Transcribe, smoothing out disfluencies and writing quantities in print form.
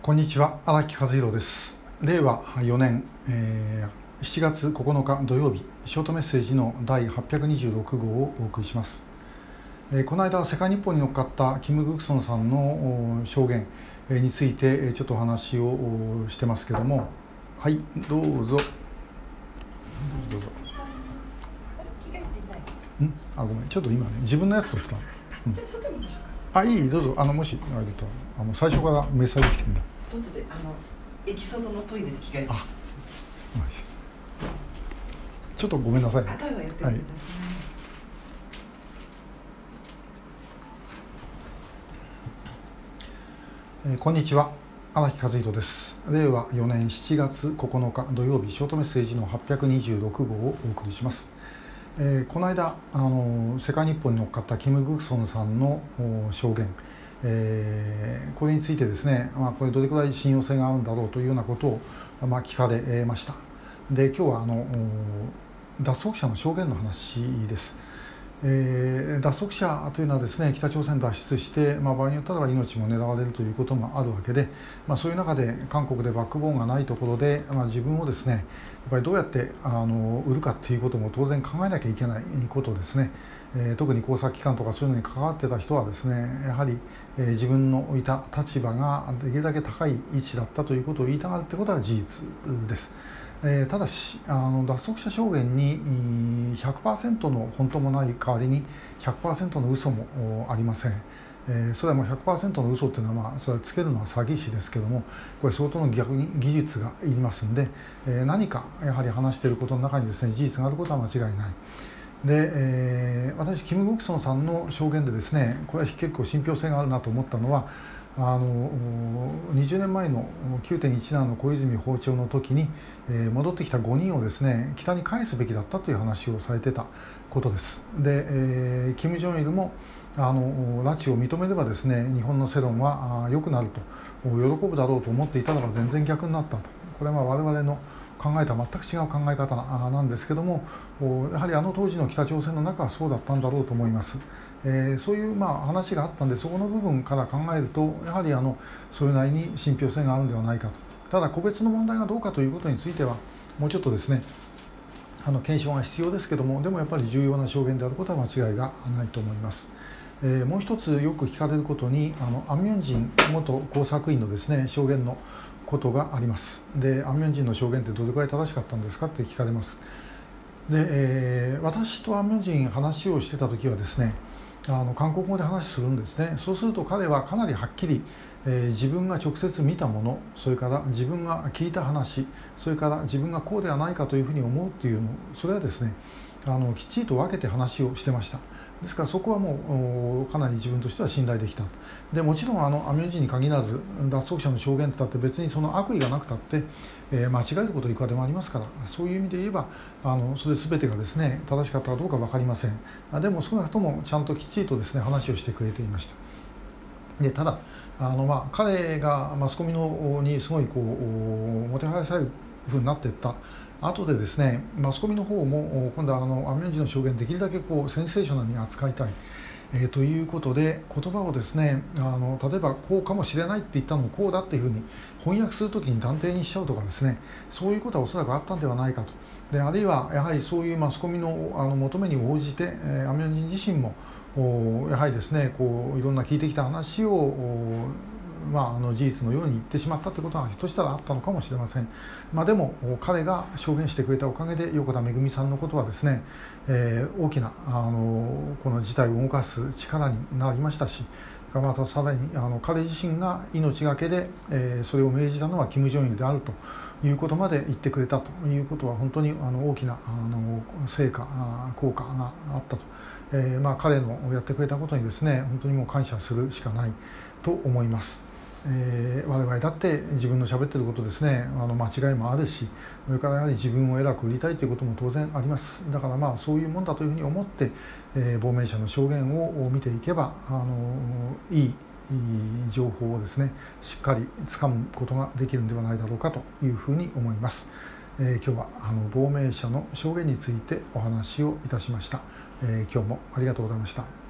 こんにちは、荒木和弘です。令和4年、7月9日土曜日、ショートメッセージの第826号をお送りします。この間、世界日報に載っかったキム・グクソンさんの証言についてちょっとお話をしてますけども、はい、どうぞ。ごめん、ちょっと今ね、自分のやつとした。 じゃあ外にいましょうか。 いい、どうぞ。もしあれだと最初から召されてきてんだ。 外でエキソードのトイレで着替えました。 ちょっとごめんなさい。 はい。 こんにちは、荒木和弘です。令和4年7月9日土曜日、ショートメッセージの826号をお送りします。この間世界日報に載っかったキム・グクソンさんの証言、これについてですね、これどれくらい信用性があるんだろうというようなことを、聞かれました。で、今日は脱足者の証言の話です。脱足者というのはですね、北朝鮮脱出して、場合によっては命も狙われるということもあるわけで、そういう中で韓国でバックボーンがないところで、自分をですね、やっぱりどうやって売るかということも当然考えなきゃいけないことですね。特に工作機関とかそういうのに関わってた人はですね、やはり、自分のいた立場ができるだけ高い位置だったということを言いたがるということは事実です。ただし脱足者証言に100% の本当もない代わりに 100% の嘘もありません。それはもう 100% の嘘っていうのは、それはつけるのは詐欺師ですけども、これ相当の逆に技術がいりますんで、何かやはり話していることの中にですね、事実があることは間違いない。で、私キム・グクソンさんの証言でですね、これは結構信憑性があるなと思ったのは、20年前の 9.17 の小泉訪朝の時に、戻ってきた5人をですね、北に返すべきだったという話をされてたことです。で、キム・ジョンイルも拉致を認めればですね、日本の世論は良くなると、喜ぶだろうと思っていたのが全然逆になったと。これは我々の考えとは全く違う考え方なんですけども、やはり当時の北朝鮮の中はそうだったんだろうと思います。そういう話があったんで、そこの部分から考えると、やはりそれなりに信憑性があるんではないかと。ただ個別の問題がどうかということについては、もうちょっとですね、検証が必要ですけども、でもやっぱり重要な証言であることは間違いがないと思います。もう一つよく聞かれることに、アン・ミョンジン元工作員のですね、証言のことがあります。で、アン・ミョンジンの証言ってどれくらい正しかったんですかって聞かれます。で、私とアン・ミョンジン話をしてた時はですね、韓国語で話するんですね。そうすると彼はかなりはっきり、自分が直接見たもの、それから自分が聞いた話、それから自分がこうではないかというふうに思うっていうの、それはですね、きっちりと分けて話をしてました。ですからそこはもうかなり自分としては信頼できた。でもちろんアン・ミョンジンに限らず、脱足者の証言ってだって別にその悪意がなくたって、間違えることいくらでもありますから、そういう意味で言えばそれ全てがですね正しかったかどうか分かりません。でも少なくともちゃんときっちりとですね話をしてくれていました。で、ただ彼がマスコミにすごいもてはやされるふうになっていった後でですね、マスコミの方も今度はアン・ミョンジンの証言できるだけセンセーショナルに扱いたい、ということで言葉をですね例えばこうかもしれないって言ったのをこうだっていうふうに翻訳するときに断定にしちゃうとかですね、そういうことはおそらくあったんではないかと。で、あるいはやはりそういうマスコミの求めに応じて、アン・ミョンジン自身もやはりですねいろんな聞いてきた話を事実のように言ってしまったということはひょっとしたらあったのかもしれません。でも彼が証言してくれたおかげで横田めぐみさんのことはですね、大きなこの事態を動かす力になりましたし、またさらに彼自身が命がけで、それを命じたのはキム・ジョンイルであるということまで言ってくれたということは、本当に大きな成果効果があったと。彼のやってくれたことにですね、本当にもう感謝するしかないと思います。我々だって自分の喋ってることですね、間違いもあるし、それからやはり自分を偉く売りたいということも当然あります。だからそういうもんだというふうに思って、亡命者の証言を見ていけばいい情報をですねしっかりつかむことができるんではないだろうかというふうに思います。今日は亡命者の証言についてお話をいたしました。今日もありがとうございました。